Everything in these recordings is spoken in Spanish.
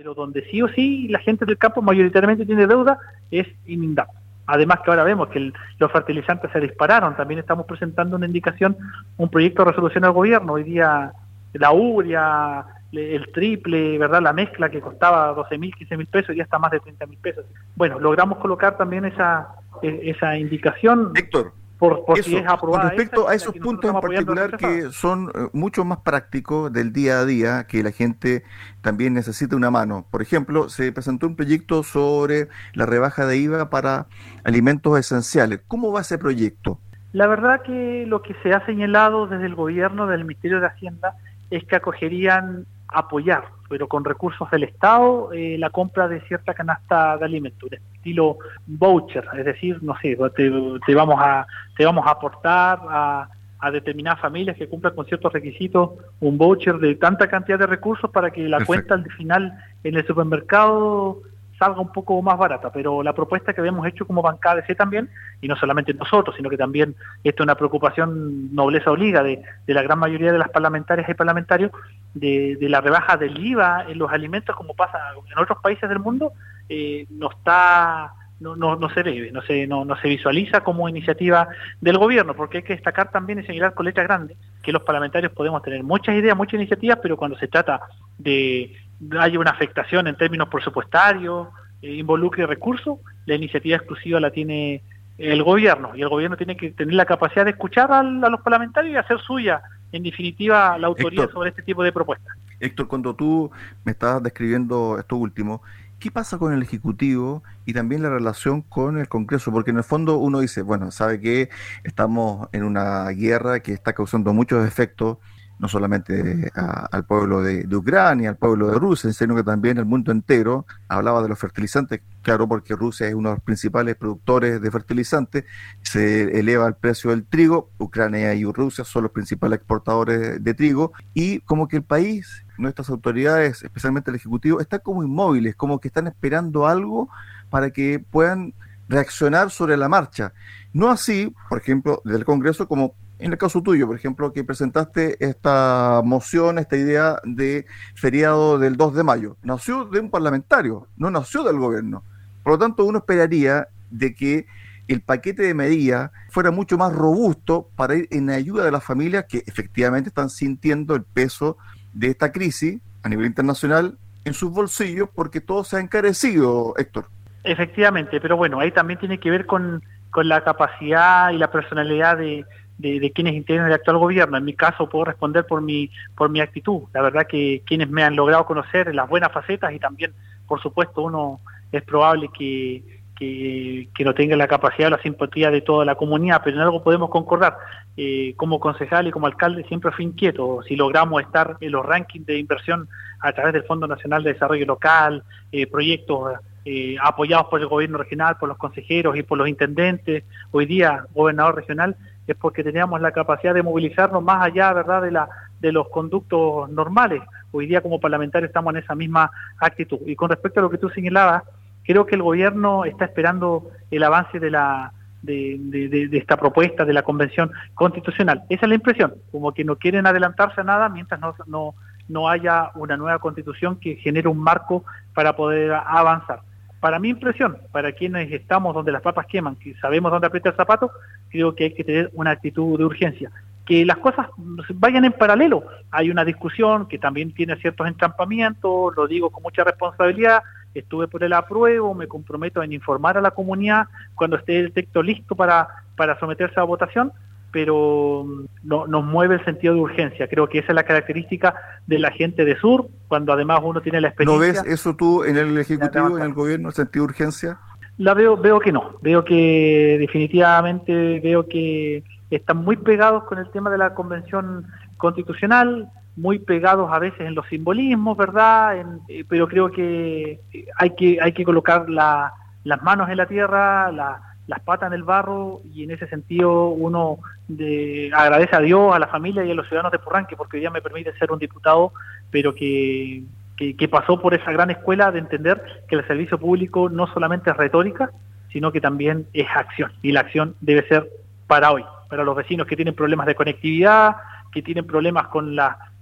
pero donde sí o sí la gente del campo mayoritariamente tiene deuda es en INDAP. Además que ahora vemos que los fertilizantes se dispararon, también estamos presentando una indicación, un proyecto de resolución al gobierno. Hoy día la urea, el triple, ¿verdad? La mezcla que costaba 12.000, 15.000 pesos, ya está más de 30.000 pesos. Bueno, logramos colocar también esa indicación. Héctor, Por eso, si es con aprobada respecto a y la esos que nosotros puntos en estamos apoyando particular rechazada. que son mucho más prácticos del día a día, que la gente también necesita una mano. Por ejemplo, se presentó un proyecto sobre la rebaja de IVA para alimentos esenciales. ¿Cómo va ese proyecto? La verdad que lo que se ha señalado desde el gobierno, del Ministerio de Hacienda, es que acogerían apoyar, pero con recursos del Estado, la compra de cierta canasta de alimentos, de estilo voucher, es decir, no sé, te vamos a aportar a determinadas familias que cumplan con ciertos requisitos un voucher de tanta cantidad de recursos para que la cuenta Perfecto. al final en el supermercado salga un poco más barata, pero la propuesta que habíamos hecho como bancada de C también, y no solamente nosotros, sino que también esto es una preocupación nobleza obliga de la gran mayoría de las parlamentarias y parlamentarios, de la rebaja del IVA en los alimentos, como pasa en otros países del mundo, no se ve, no se visualiza como iniciativa del gobierno, porque hay que destacar también y señalar con letra grande que los parlamentarios podemos tener muchas ideas, muchas iniciativas, pero cuando se trata de hay una afectación en términos presupuestarios, involucre recursos, la iniciativa exclusiva la tiene el gobierno, y el gobierno tiene que tener la capacidad de escuchar a los parlamentarios y hacer suya, en definitiva, la autoría Héctor, sobre este tipo de propuestas. Héctor, cuando tú me estabas describiendo esto último, ¿qué pasa con el Ejecutivo y también la relación con el Congreso? Porque en el fondo uno dice, bueno, sabe que estamos en una guerra que está causando muchos efectos, no solamente al pueblo de Ucrania, al pueblo de Rusia, sino que también al mundo entero. Hablaba de los fertilizantes, claro, porque Rusia es uno de los principales productores de fertilizantes, se eleva el precio del trigo, Ucrania y Rusia son los principales exportadores de trigo, y como que el país, nuestras autoridades, especialmente el Ejecutivo, están como inmóviles, como que están esperando algo para que puedan reaccionar sobre la marcha. No así, por ejemplo, del Congreso, como en el caso tuyo, por ejemplo, que presentaste esta moción, esta idea de feriado del 2 de mayo. Nació de un parlamentario, no nació del gobierno. Por lo tanto, uno esperaría de que el paquete de medidas fuera mucho más robusto para ir en ayuda de las familias que efectivamente están sintiendo el peso de esta crisis a nivel internacional en sus bolsillos porque todo se ha encarecido, Héctor. Efectivamente, pero bueno, ahí también tiene que ver con la capacidad y la personalidad de quienes integran el actual gobierno. En mi caso puedo responder por mi actitud. La verdad que quienes me han logrado conocer las buenas facetas y también, por supuesto, uno es probable que no tenga la capacidad o la simpatía de toda la comunidad, pero en algo podemos concordar. Como concejal y como alcalde siempre fui inquieto. Si logramos estar en los rankings de inversión a través del Fondo Nacional de Desarrollo Local, proyectos apoyados por el gobierno regional, por los consejeros y por los intendentes, hoy día gobernador regional, es porque teníamos la capacidad de movilizarnos más allá, ¿verdad?, de los conductos normales. Hoy día como parlamentarios estamos en esa misma actitud. Y con respecto a lo que tú señalabas, creo que el gobierno está esperando el avance de esta propuesta de la Convención Constitucional. Esa es la impresión, como que no quieren adelantarse a nada mientras no haya una nueva Constitución que genere un marco para poder avanzar. Para mi impresión, para quienes estamos donde las papas queman, que sabemos dónde aprieta el zapato, creo que hay que tener una actitud de urgencia. Que las cosas vayan en paralelo. Hay una discusión que también tiene ciertos entrampamientos, lo digo con mucha responsabilidad, estuve por el apruebo, me comprometo en informar a la comunidad cuando esté el texto listo para someterse a votación, pero no, nos mueve el sentido de urgencia. Creo que esa es la característica de la gente de Sur, cuando además uno tiene la ¿No ves experiencia. eso tú en el Ejecutivo, en el gobierno, el sentido de urgencia? La veo que no, veo que definitivamente están muy pegados con el tema de la Convención Constitucional, muy pegados a veces en los simbolismos, ¿verdad? Pero creo que hay que colocar las manos en la tierra, las patas en el barro, y en ese sentido uno agradece a Dios, a la familia y a los ciudadanos de Purranque, porque hoy día me permite ser un diputado, pero que pasó por esa gran escuela de entender que el servicio público no solamente es retórica, sino que también es acción, y la acción debe ser para hoy, para los vecinos que tienen problemas de conectividad, que tienen problemas con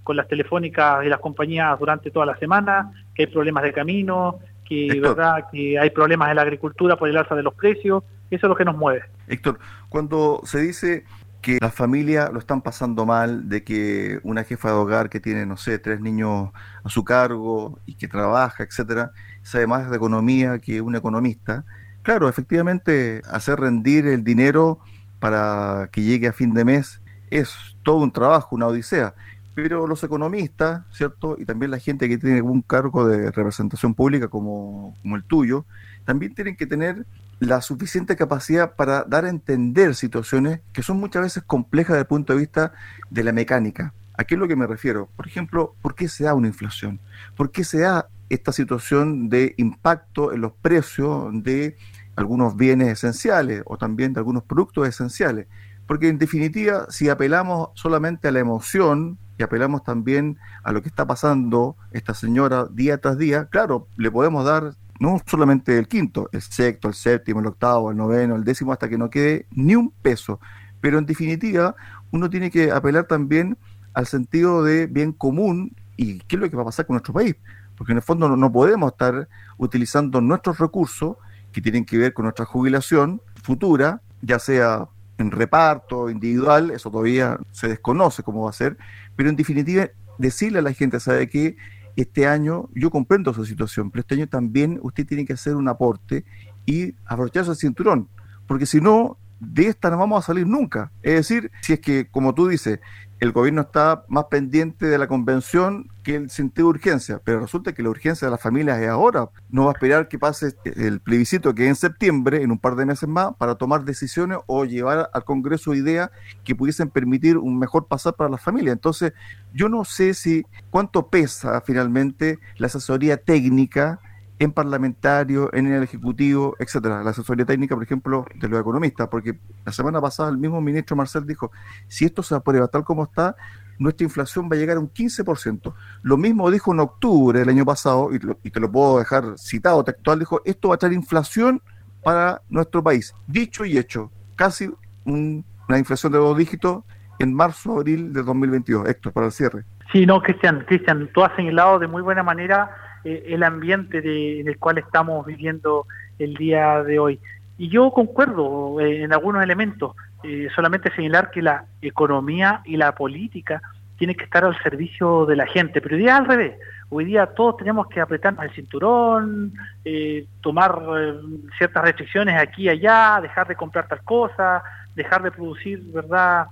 con las telefónicas y las compañías durante toda la semana, que hay problemas de camino, que Héctor, verdad que hay problemas en la agricultura por el alza de los precios. Eso es lo que nos mueve. Héctor, cuando se dice que las familias lo están pasando mal, de que una jefa de hogar que tiene, no sé, 3 niños a su cargo y que trabaja, etcétera, sabe más de economía que un economista, claro, efectivamente, hacer rendir el dinero para que llegue a fin de mes es todo un trabajo, una odisea. Pero los economistas, ¿cierto? Y también la gente que tiene un cargo de representación pública como el tuyo, también tienen que tener la suficiente capacidad para dar a entender situaciones que son muchas veces complejas desde el punto de vista de la mecánica. ¿A qué es lo que me refiero? Por ejemplo, ¿por qué se da una inflación? ¿Por qué se da esta situación de impacto en los precios de algunos bienes esenciales o también de algunos productos esenciales? Porque en definitiva, si apelamos solamente a la emoción y apelamos también a lo que está pasando esta señora día tras día, claro, le podemos dar no solamente el quinto, el sexto, el séptimo, el octavo, el noveno, el décimo, hasta que no quede ni un peso. Pero en definitiva, uno tiene que apelar también al sentido de bien común y qué es lo que va a pasar con nuestro país. Porque en el fondo no podemos estar utilizando nuestros recursos que tienen que ver con nuestra jubilación futura, ya sea en reparto, individual, eso todavía se desconoce cómo va a ser, pero en definitiva decirle a la gente, ¿sabe qué? Este año, yo comprendo su situación, pero este año también usted tiene que hacer un aporte y abrocharse el cinturón, porque si no, de esta no vamos a salir nunca. Es decir, si es que, como tú dices, el gobierno está más pendiente de la convención que el sentido de urgencia, pero resulta que la urgencia de las familias es ahora. No va a esperar que pase el plebiscito que es en septiembre, en un par de meses más, para tomar decisiones o llevar al Congreso ideas que pudiesen permitir un mejor pasar para las familias. Entonces, yo no sé si cuánto pesa finalmente la asesoría técnica en parlamentario, en el ejecutivo, etcétera. La asesoría técnica, por ejemplo, de los economistas, porque la semana pasada el mismo ministro Marcel dijo, si esto se aprueba tal como está, nuestra inflación va a llegar a un 15%. Lo mismo dijo en octubre del año pasado, y te lo puedo dejar citado textual, dijo, esto va a traer inflación para nuestro país. Dicho y hecho, casi una inflación de 2 dígitos en marzo, abril de 2022. Héctor, para el cierre. Sí, no, Cristian, tú has señalado de muy buena manera el ambiente en el cual estamos viviendo el día de hoy. Y yo concuerdo en algunos elementos, solamente señalar que la economía y la política tienen que estar al servicio de la gente, pero hoy día al revés. Hoy día todos tenemos que apretarnos el cinturón, tomar ciertas restricciones aquí y allá, dejar de comprar tal cosa, dejar de producir, ¿verdad?,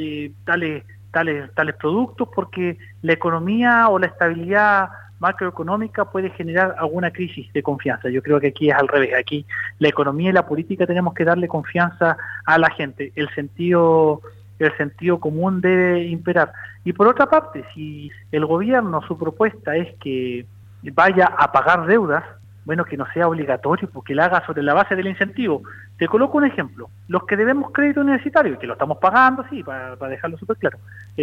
tales productos, porque la economía o la estabilidad macroeconómica puede generar alguna crisis de confianza. Yo creo que aquí es al revés. Aquí la economía y la política tenemos que darle confianza a la gente. El sentido común debe imperar. Y por otra parte, si el gobierno, su propuesta es que vaya a pagar deudas, bueno, que no sea obligatorio, porque lo haga sobre la base del incentivo. Te coloco un ejemplo. Los que debemos crédito universitario, que lo estamos pagando, sí, para dejarlo súper claro,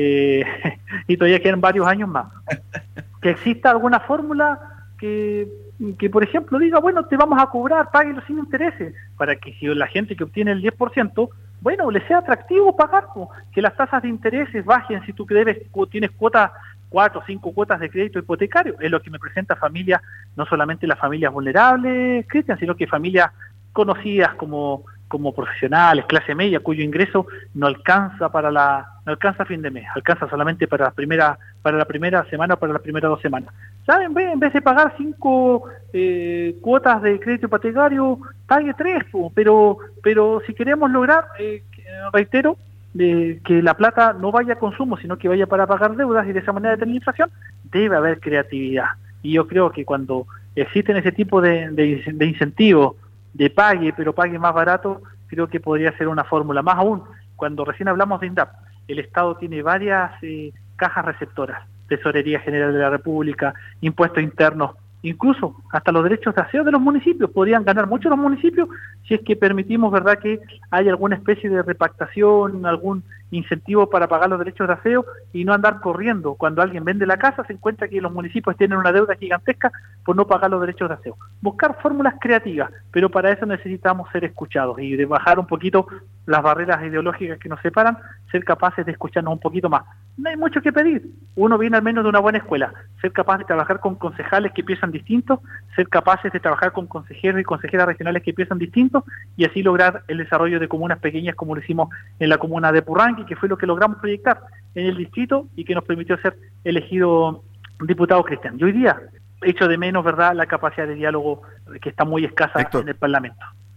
y todavía quedan varios años más, que exista alguna fórmula que, por ejemplo, diga, bueno, te vamos a cobrar, páguelo sin intereses, para que si la gente que obtiene el 10%, bueno, le sea atractivo pagar, que las tasas de intereses bajen si tú tienes cuotas, 4 o 5 cuotas de crédito hipotecario. Es lo que me presenta familias, no solamente las familias vulnerables, Cristian, sino que familias conocidas como profesionales, clase media, cuyo ingreso no alcanza a fin de mes, alcanza solamente para la primera semana o para las primeras 2 semanas. ¿Saben? En vez de pagar 5 cuotas de crédito hipotecario, pague 3, pero si queremos lograr, reitero, que la plata no vaya a consumo, sino que vaya para pagar deudas y de esa manera detener la inflación, debe haber creatividad. Y yo creo que cuando existen ese tipo de incentivos, de pague, pero pague más barato, creo que podría ser una fórmula. Más aún, cuando recién hablamos de INDAP, el Estado tiene varias cajas receptoras, Tesorería General de la República, impuestos internos, incluso hasta los derechos de aseo de los municipios. Podrían ganar mucho los municipios si es que permitimos, ¿verdad?, que haya alguna especie de repactación, algún incentivos para pagar los derechos de aseo y no andar corriendo. Cuando alguien vende la casa se encuentra que los municipios tienen una deuda gigantesca por no pagar los derechos de aseo. Buscar fórmulas creativas, pero para eso necesitamos ser escuchados y de bajar un poquito las barreras ideológicas que nos separan, ser capaces de escucharnos un poquito más. No hay mucho que pedir. Uno viene al menos de una buena escuela. Ser capaz de trabajar con concejales que piensan distintos, ser capaces de trabajar con consejeros y consejeras regionales que piensan distintos y así lograr el desarrollo de comunas pequeñas como lo hicimos en la comuna de Purranqui, que fue lo que logramos proyectar en el distrito y que nos permitió ser elegido diputado Cristian. Y hoy día echo de menos, ¿verdad?, la capacidad de diálogo que está muy escasa Héctor, en el Parlamento.